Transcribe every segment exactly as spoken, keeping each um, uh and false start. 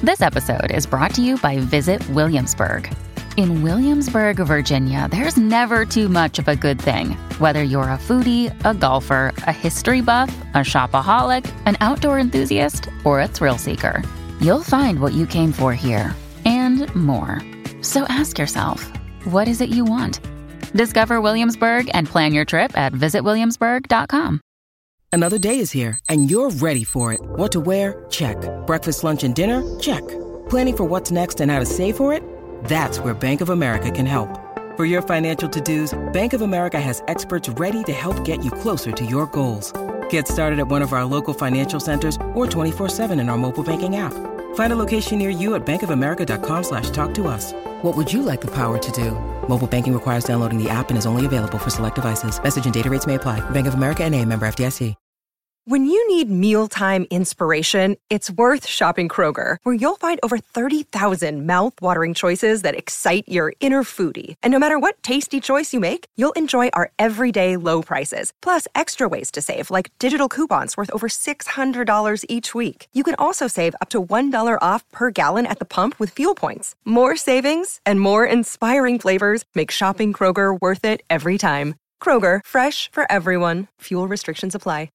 This episode is brought to you by Visit Williamsburg. In Williamsburg, Virginia, there's never too much of a good thing. Whether you're a foodie, a golfer, a history buff, a shopaholic, an outdoor enthusiast, or a thrill seeker, you'll find what you came for here and more. So ask yourself, what is it you want? Discover Williamsburg and plan your trip at visit williamsburg dot com. Another day is here, and you're ready for it. What to wear? Check. Breakfast, lunch, and dinner? Check. Planning for what's next and how to save for it? That's where Bank of America can help. For your financial to-dos, Bank of America has experts ready to help get you closer to your goals. Get started at one of our local financial centers or twenty-four seven in our mobile banking app. Find a location near you at bankofamerica.com slash talk to us. What would you like the power to do? Mobile banking requires downloading the app and is only available for select devices. Message and data rates may apply. Bank of America N A, member F D I C. When you need mealtime inspiration, it's worth shopping Kroger, where you'll find over thirty thousand mouth-watering choices that excite your inner foodie. And no matter what tasty choice you make, you'll enjoy our everyday low prices, plus extra ways to save, like digital coupons worth over six hundred dollars each week. You can also save up to one dollar off per gallon at the pump with fuel points. More savings and more inspiring flavors make shopping Kroger worth it every time. Kroger, fresh for everyone. Fuel restrictions apply.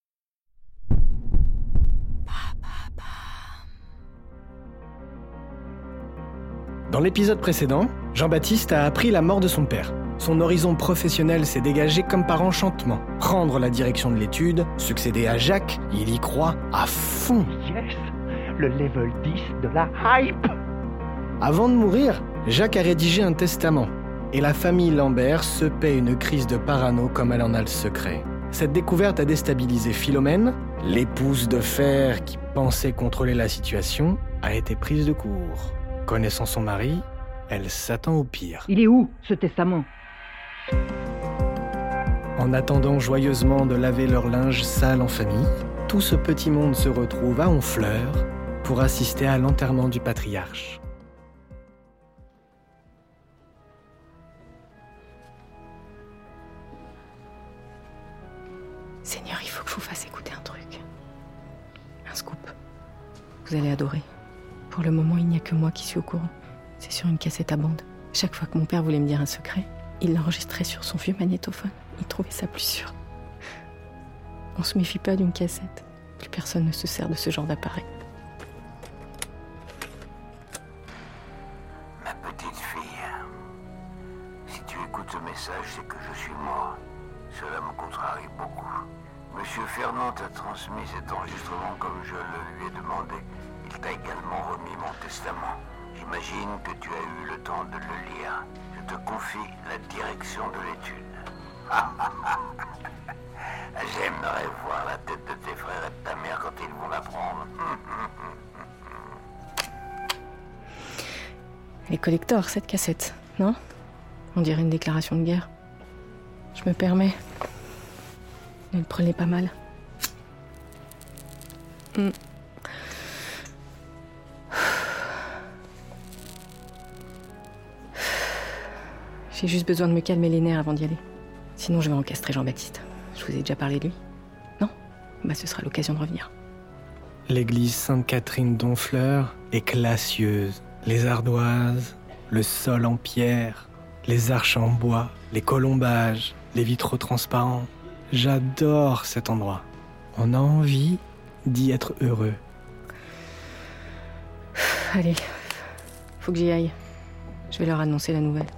Dans l'épisode précédent, Jean-Baptiste a appris la mort de son père. Son horizon professionnel s'est dégagé comme par enchantement. Prendre la direction de l'étude, succéder à Jacques, il y croit à fond. Yes, le level dix de la hype. Avant de mourir, Jacques a rédigé un testament. Et la famille Lambert se paie une crise de parano comme elle en a le secret. Cette découverte a déstabilisé Philomène, l'épouse de fer qui pensait contrôler la situation, a été prise de court. Connaissant son mari, elle s'attend au pire. Il est où, ce testament ? En attendant joyeusement de laver leur linge sale en famille, tout ce petit monde se retrouve à Honfleur pour assister à l'enterrement du patriarche. Seigneur, il faut que je vous fasse écouter un truc. Un scoop. Vous allez adorer. Pour le moment, il n'y a que moi qui suis au courant. C'est sur une cassette à bande. Chaque fois que mon père voulait me dire un secret, il l'enregistrait sur son vieux magnétophone. Il trouvait ça plus sûr. On se méfie pas d'une cassette. Plus personne ne se sert de ce genre d'appareil. Ma petite fille, si tu écoutes ce message, c'est que je suis mort. Cela me contrarie beaucoup. Monsieur Fernand t'a transmis cet enregistrement comme je le lui ai demandé. Il t'a également remis mon testament. J'imagine que tu as eu le temps de le lire. Je te confie la direction de l'étude. J'aimerais voir la tête de tes frères et de ta mère quand ils vont l'apprendre. Elle est collector, cette cassette, non ? On dirait une déclaration de guerre. Je me permets. Ne le prenez pas mal. Mm. J'ai juste besoin de me calmer les nerfs avant d'y aller. Sinon, je vais encastrer Jean-Baptiste. Je vous ai déjà parlé de lui. Non ? Bah, ce sera l'occasion de revenir. L'église Sainte-Catherine d'Honfleur est classieuse. Les ardoises, le sol en pierre, les arches en bois, les colombages, les vitraux transparents. J'adore cet endroit. On a envie d'y être heureux. Allez, faut que j'y aille. Je vais leur annoncer la nouvelle.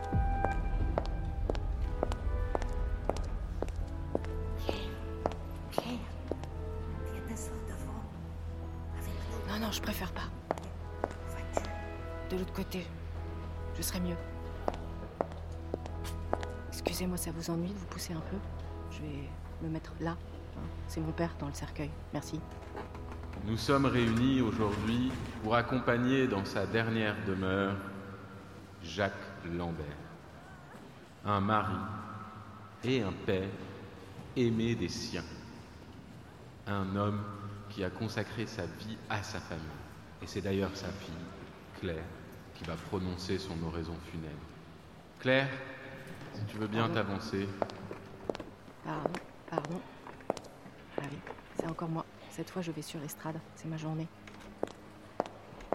Non, non, je préfère pas. De l'autre côté, je serai mieux. Excusez-moi, ça vous ennuie de vous pousser un peu ? Je vais me mettre là. C'est mon père dans le cercueil. Merci. Nous sommes réunis aujourd'hui pour accompagner dans sa dernière demeure Jacques Lambert, un mari et un père aimé des siens, un homme qui a consacré sa vie à sa famille. Et c'est d'ailleurs sa fille, Claire, qui va prononcer son oraison funèbre. Claire, si tu veux bien Pardon. t'avancer. Pardon, pardon. Allez, c'est encore moi. Cette fois, je vais sur l'estrade. C'est ma journée.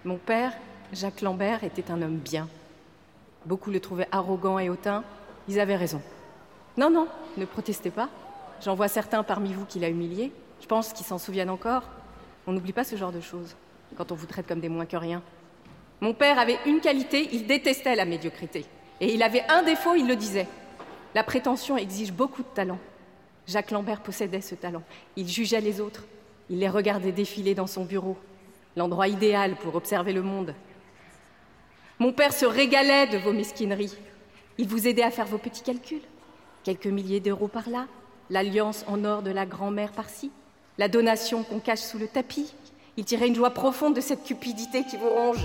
Mon père, Jacques Lambert, était un homme bien. Beaucoup le trouvaient arrogant et hautain. Ils avaient raison. Non, non, ne protestez pas. J'en vois certains parmi vous qui l'a humilié. Je pense qu'ils s'en souviennent encore. On n'oublie pas ce genre de choses, quand on vous traite comme des moins que rien. Mon père avait une qualité, il détestait la médiocrité. Et il avait un défaut, il le disait. La prétention exige beaucoup de talent. Jacques Lambert possédait ce talent. Il jugeait les autres. Il les regardait défiler dans son bureau. L'endroit idéal pour observer le monde. Mon père se régalait de vos mesquineries. Il vous aidait à faire vos petits calculs. Quelques milliers d'euros par là, l'alliance en or de la grand-mère par-ci, la donation qu'on cache sous le tapis. Il tirait une joie profonde de cette cupidité qui vous ronge.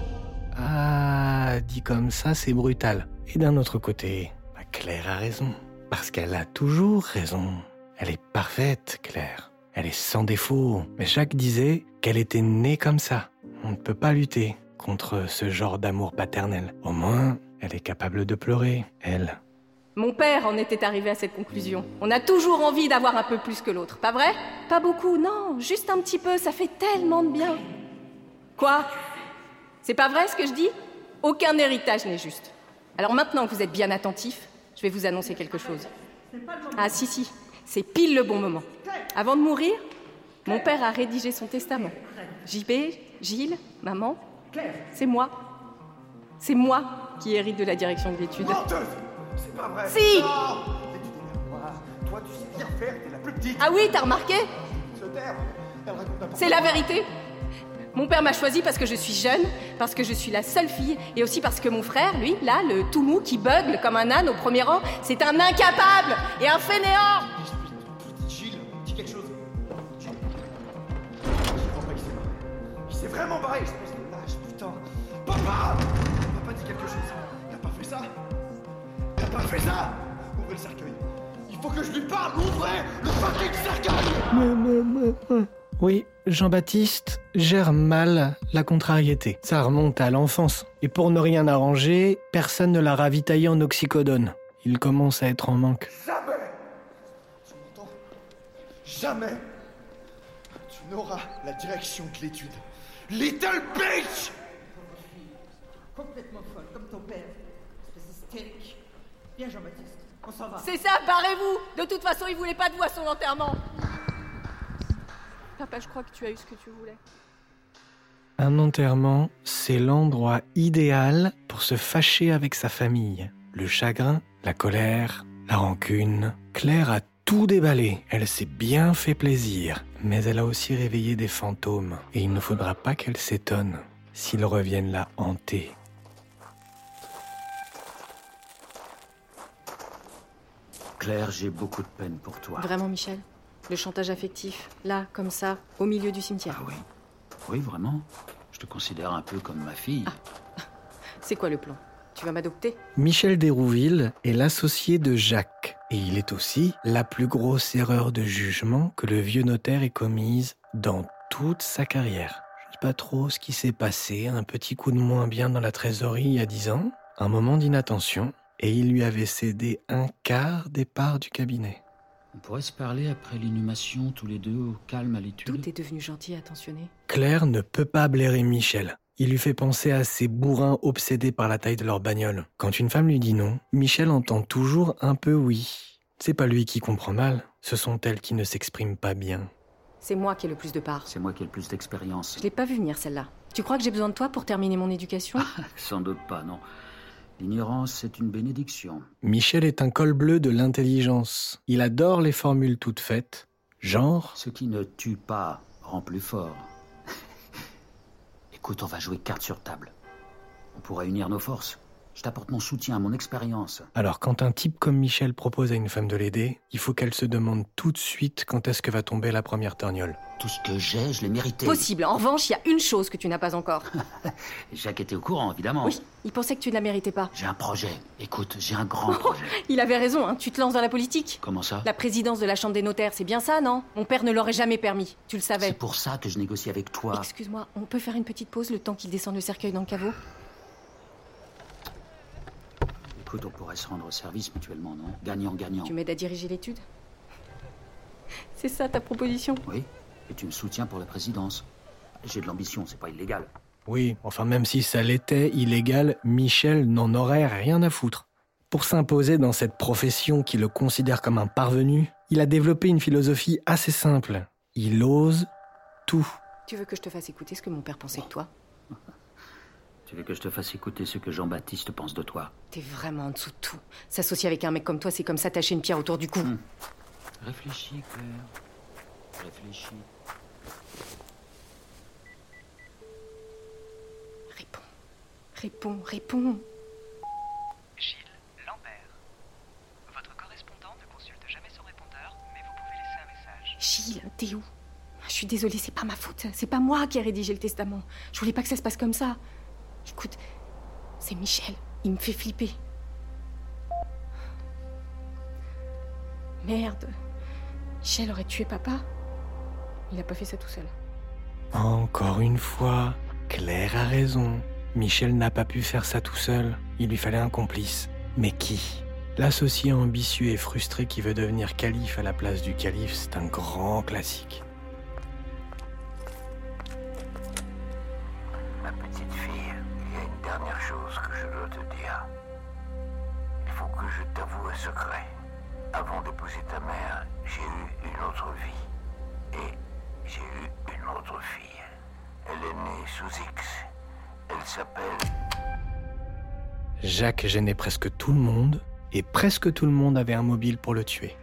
Ah, dit comme ça, c'est brutal. Et d'un autre côté, bah Claire a raison. Parce qu'elle a toujours raison. Elle est parfaite, Claire. Elle est sans défaut. Mais Jacques disait qu'elle était née comme ça. On ne peut pas lutter contre ce genre d'amour paternel. Au moins, elle est capable de pleurer, elle. Mon père en était arrivé à cette conclusion. On a toujours envie d'avoir un peu plus que l'autre, pas vrai? Pas beaucoup, non, juste un petit peu, ça fait tellement de bien. Quoi? C'est pas vrai ce que je dis? Aucun héritage n'est juste. Alors maintenant que vous êtes bien attentifs, je vais vous annoncer quelque chose. Ah si, si, c'est pile le bon moment. Avant de mourir, mon père a rédigé son testament. J B, Gilles, maman, c'est moi. C'est moi qui hérite de la direction de l'étude. Menteuse! C'est pas vrai! Si! Non! Toi, tu sais bien faire, t'es la plus petite! Ah oui, t'as remarqué? Se taire! Elle raconte n'importe C'est la vérité. Mon père m'a choisi parce que je suis jeune, parce que je suis la seule fille, et aussi parce que mon frère, lui, là, le tout mou qui bugle comme un âne au premier rang, c'est un incapable et un fainéant! Gilles, dis quelque chose. Gilles. Je crois pas qu'il s'est barré. Il s'est vraiment barré, espèce de lâche, putain. Papa! Papa dit quelque chose. T'as pas fait ça? T'as pas fait ça? Ouvrez le cercueil. Il faut que je lui parle, ouvrez le fucking cercueil! Oui, Jean-Baptiste gère mal la contrariété. Ça remonte à l'enfance. Et pour ne rien arranger, personne ne l'a ravitaillé en oxycodone. Il commence à être en manque. Jamais! Tu m'entends? Jamais! Tu n'auras la direction de l'étude. Little bitch! Complètement folle, comme ton père. Espèce hystérique. Viens, Jean-Baptiste, on s'en va. C'est ça, barrez-vous! De toute façon, il voulait pas de vous à son enterrement. Papa, je crois que tu as eu ce que tu voulais. Un enterrement, c'est l'endroit idéal pour se fâcher avec sa famille. Le chagrin, la colère, la rancune. Claire a tout déballé. Elle s'est bien fait plaisir. Mais elle a aussi réveillé des fantômes. Et il ne faudra pas qu'elle s'étonne s'ils reviennent la hanter. Claire, j'ai beaucoup de peine pour toi. Vraiment, Michel? Le chantage affectif, là, comme ça, au milieu du cimetière. Ah oui? Oui, vraiment? Je te considère un peu comme ma fille. Ah. C'est quoi le plan? Tu vas m'adopter? Michel Dérouville est l'associé de Jacques. Et il est aussi la plus grosse erreur de jugement que le vieux notaire ait commise dans toute sa carrière. Je ne sais pas trop ce qui s'est passé, un petit coup de moins bien dans la trésorerie il y a dix ans, un moment d'inattention, et il lui avait cédé un quart des parts du cabinet. On pourrait se parler après l'inhumation, tous les deux, au calme à l'étude. Tout est devenu gentil et attentionné. Claire ne peut pas blairer Michel. Il lui fait penser à ces bourrins obsédés par la taille de leur bagnole. Quand une femme lui dit non, Michel entend toujours un peu oui. C'est pas lui qui comprend mal, ce sont elles qui ne s'expriment pas bien. C'est moi qui ai le plus de parts. C'est moi qui ai le plus d'expérience. Je l'ai pas vu venir, celle-là. Tu crois que j'ai besoin de toi pour terminer mon éducation? Sans doute pas, non. L'ignorance, c'est une bénédiction. Michel est un col bleu de l'intelligence. Il adore les formules toutes faites. Genre... Ce qui ne tue pas rend plus fort. Écoute, on va jouer carte sur table. On pourrait unir nos forces. Je t'apporte mon soutien, mon expérience. Alors, quand un type comme Michel propose à une femme de l'aider, il faut qu'elle se demande tout de suite quand est-ce que va tomber la première torgnole. Tout ce que j'ai, je l'ai mérité. Possible. En revanche, il y a une chose que tu n'as pas encore. Jacques était au courant, évidemment. Oui, il pensait que tu ne la méritais pas. J'ai un projet. Écoute, j'ai un grand projet. Il avait raison, hein. Tu te lances dans la politique. Comment ça? La présidence de la Chambre des notaires, c'est bien ça, non? Mon père ne l'aurait jamais permis. Tu le savais. C'est pour ça que je négocie avec toi. Excuse-moi, on peut faire une petite pause le temps qu'il descende le cercueil dans le caveau? Écoute, on pourrait se rendre service mutuellement, non? Gagnant-gagnant. Tu m'aides à diriger l'étude? C'est ça ta proposition? Oui, et tu me soutiens pour la présidence. J'ai de l'ambition, c'est pas illégal. Oui, enfin même si ça l'était illégal, Michel n'en aurait rien à foutre. Pour s'imposer dans cette profession qui le considère comme un parvenu, il a développé une philosophie assez simple. Il ose tout. Tu veux que je te fasse écouter ce que mon père pensait de toi ? Tu veux que je te fasse écouter ce que Jean-Baptiste pense de toi ? T'es vraiment en dessous de tout. S'associer avec un mec comme toi, c'est comme s'attacher une pierre autour du cou. Hum. Réfléchis, Claire. Réfléchis. Réponds. Réponds, réponds. Gilles Lambert. Votre correspondant ne consulte jamais son répondeur, mais vous pouvez laisser un message. Gilles, t'es où ? Je suis désolée, c'est pas ma faute. C'est pas moi qui ai rédigé le testament. Je voulais pas que ça se passe comme ça. Écoute, c'est Michel. Il me fait flipper. Merde. Michel aurait tué papa. Il a pas fait ça tout seul. Encore une fois, Claire a raison. Michel n'a pas pu faire ça tout seul. Il lui fallait un complice. Mais qui ? L'associé ambitieux et frustré qui veut devenir calife à la place du calife, c'est un grand classique. Ma petite fille, il y a une dernière chose que je dois te dire. Il faut que je t'avoue un secret. Avant d'épouser ta mère, j'ai eu une autre vie. Et j'ai eu une autre fille. Elle est née sous X. Elle s'appelle... Jacques gênait presque tout le monde, et presque tout le monde avait un mobile pour le tuer.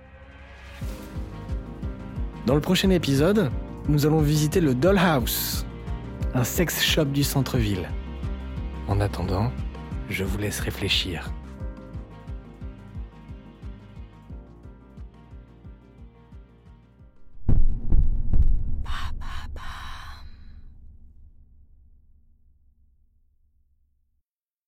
Dans le prochain épisode, nous allons visiter le Dollhouse, un sex shop du centre-ville. En attendant, je vous laisse réfléchir.